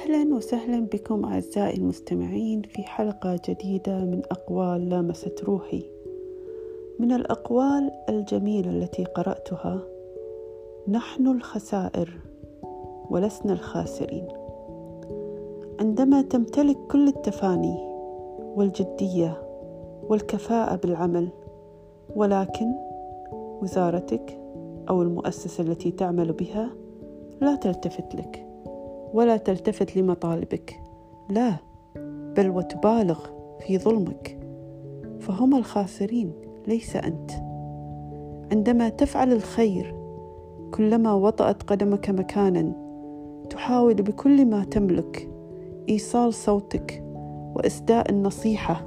أهلا وسهلا بكم أعزائي المستمعين في حلقة جديدة من أقوال لامست روحي. من الأقوال الجميلة التي قرأتها: نحن الخسائر ولسنا الخاسرين. عندما تمتلك كل التفاني والجدية والكفاءة بالعمل، ولكن وزارتك أو المؤسسة التي تعمل بها لا تلتفت لك ولا تلتفت لمطالبك، لا بل وتبالغ في ظلمك، فهم الخاسرين ليس أنت. عندما تفعل الخير، كلما وطأت قدمك مكانا تحاول بكل ما تملك إيصال صوتك وإسداء النصيحة،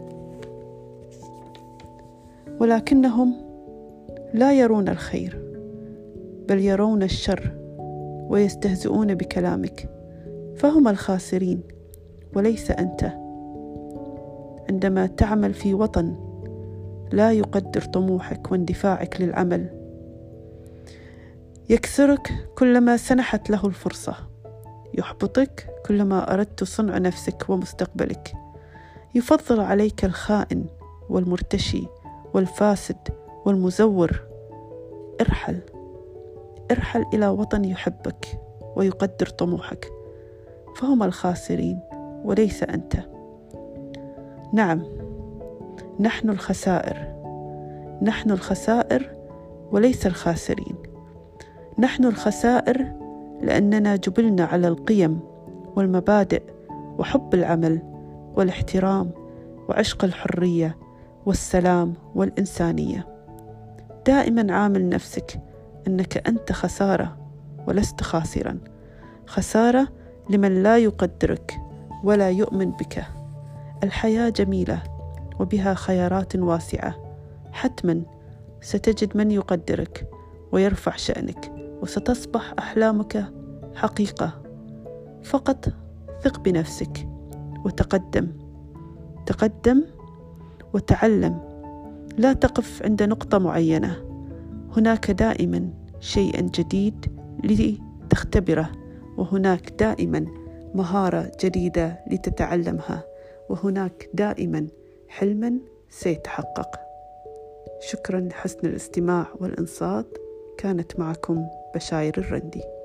ولكنهم لا يرون الخير بل يرون الشر ويستهزئون بكلامك، فهم الخاسرين وليس أنت. عندما تعمل في وطن لا يقدر طموحك واندفاعك للعمل، يكسرك كلما سنحت له الفرصة، يحبطك كلما أردت صنع نفسك ومستقبلك، يفضل عليك الخائن والمرتشي والفاسد والمزور، ارحل إلى وطن يحبك ويقدر طموحك، فهم الخاسرين وليس أنت. نعم، نحن الخسائر وليس الخاسرين. نحن الخسائر لأننا جبلنا على القيم والمبادئ وحب العمل والاحترام وعشق الحرية والسلام والإنسانية. دائما عامل نفسك أنك أنت خسارة ولست خاسرا، خسارة لمن لا يقدرك ولا يؤمن بك. الحياة جميلة وبها خيارات واسعة، حتما ستجد من يقدرك ويرفع شأنك، وستصبح أحلامك حقيقة. فقط ثق بنفسك وتقدم وتعلم. لا تقف عند نقطة معينة، هناك دائما شيء جديد لتختبره، وهناك دائما مهارة جديدة لتتعلمها، وهناك دائما حلما سيتحقق. شكرا لحسن الاستماع والإنصات. كانت معكم بشاير الرندي.